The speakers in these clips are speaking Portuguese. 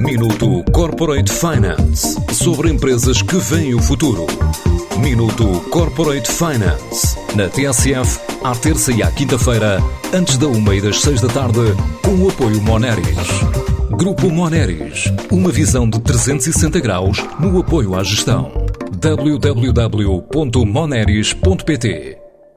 Minuto Corporate Finance. Sobre empresas que veem o futuro. Minuto Corporate Finance. Na TSF, à terça e à quinta-feira, antes da 1 e das 6 da tarde, com o apoio Moneris. Grupo Moneris. Uma visão de 360 graus no apoio à gestão. www.moneris.pt.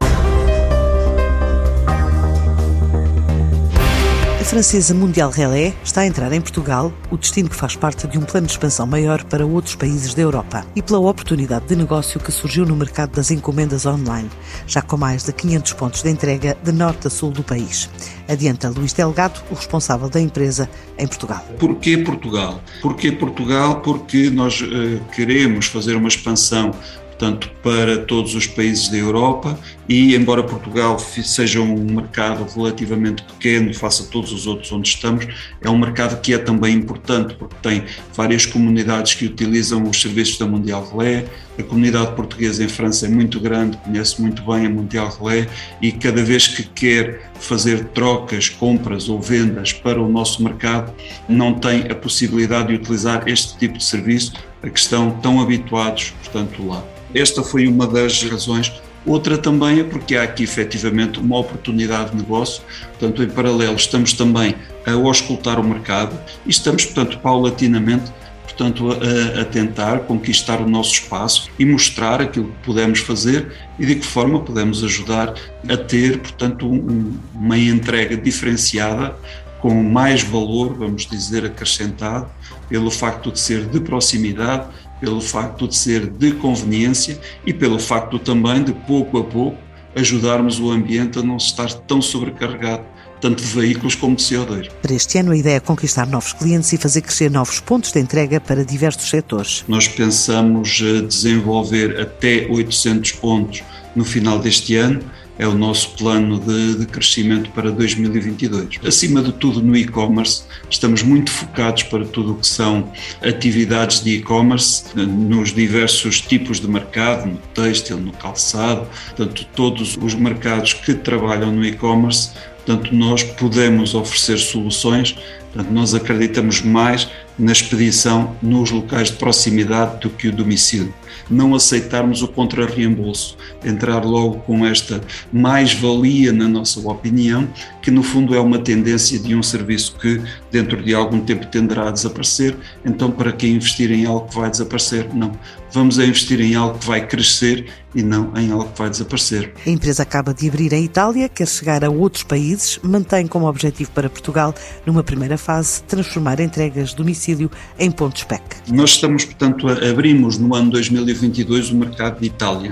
A francesa Mondial Relais está a entrar em Portugal, o destino que faz parte de um plano de expansão maior para outros países da Europa, e pela oportunidade de negócio que surgiu no mercado das encomendas online, já com mais de 500 pontos de entrega de norte a sul do país. Adianta Luís Delgado, o responsável da empresa em Portugal. Porquê Portugal? Porquê Portugal? Porque nós queremos fazer uma expansão, portanto, para todos os países da Europa, e embora Portugal seja um mercado relativamente pequeno face a todos os outros onde estamos, é um mercado que é também importante porque tem várias comunidades que utilizam os serviços da Mondial Relais. A comunidade portuguesa em França é muito grande, conhece muito bem a Mondial Relais e cada vez que quer fazer trocas, compras ou vendas para o nosso mercado, não tem a possibilidade de utilizar este tipo de serviço, a que estão tão habituados, portanto, lá. Esta foi uma das razões. Outra também é porque há aqui efetivamente uma oportunidade de negócio, portanto, em paralelo estamos também a auscultar o mercado e estamos, portanto, paulatinamente, portanto, a tentar conquistar o nosso espaço e mostrar aquilo que podemos fazer e de que forma podemos ajudar a ter, portanto, uma entrega diferenciada com mais valor, vamos dizer, acrescentado, pelo facto de ser de proximidade, pelo facto de ser de conveniência e pelo facto também de, pouco a pouco, ajudarmos o ambiente a não estar tão sobrecarregado, tanto de veículos como de CO2. Para este ano, a ideia é conquistar novos clientes e fazer crescer novos pontos de entrega para diversos setores. Nós pensamos desenvolver até 800 pontos no final deste ano. É o nosso plano de crescimento para 2022. Acima de tudo no e-commerce, estamos muito focados para tudo o que são atividades de e-commerce, nos diversos tipos de mercado, no têxtil, no calçado, portanto todos os mercados que trabalham no e-commerce, portanto nós podemos oferecer soluções, portanto nós acreditamos mais na expedição nos locais de proximidade do que o domicílio. Não aceitarmos o contra-reembolso, entrar logo com esta mais-valia, na nossa opinião, que no fundo é uma tendência de um serviço que dentro de algum tempo tenderá a desaparecer. Então, para que investir em algo que vai desaparecer? Não. Vamos a investir em algo que vai crescer e não em algo que vai desaparecer. A empresa acaba de abrir em Itália, quer chegar a outros países, mantém como objetivo para Portugal, numa primeira fase, transformar entregas de domicílio em pontos PEC. Nós estamos, portanto, abrimos no ano 2022 o mercado de Itália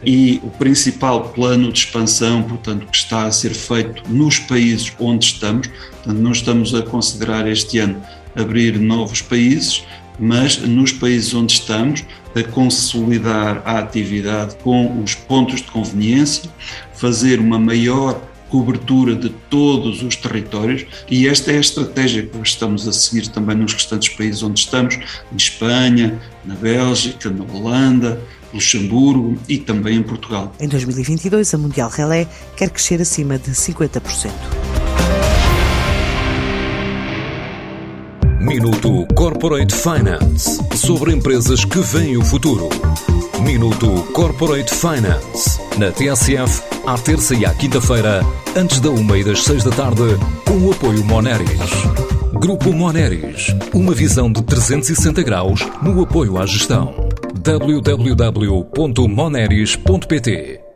e o principal plano de expansão, portanto, que está a ser feito nos países onde estamos, portanto, não estamos a considerar este ano abrir novos países, mas nos países onde estamos, a consolidar a atividade com os pontos de conveniência, fazer uma maior cobertura de todos os territórios, e esta é a estratégia que nós estamos a seguir também nos restantes países onde estamos, em Espanha, na Bélgica, na Holanda, Luxemburgo e também em Portugal. Em 2022, a Mondial Relais quer crescer acima de 50%. Minuto Corporate Finance. Sobre empresas que veem o futuro. Minuto Corporate Finance. Na TSF, à terça e à quinta-feira, antes da 1 e das 6 da tarde, com o apoio Moneris. Grupo Moneris. Uma visão de 360 graus no apoio à gestão. www.moneris.pt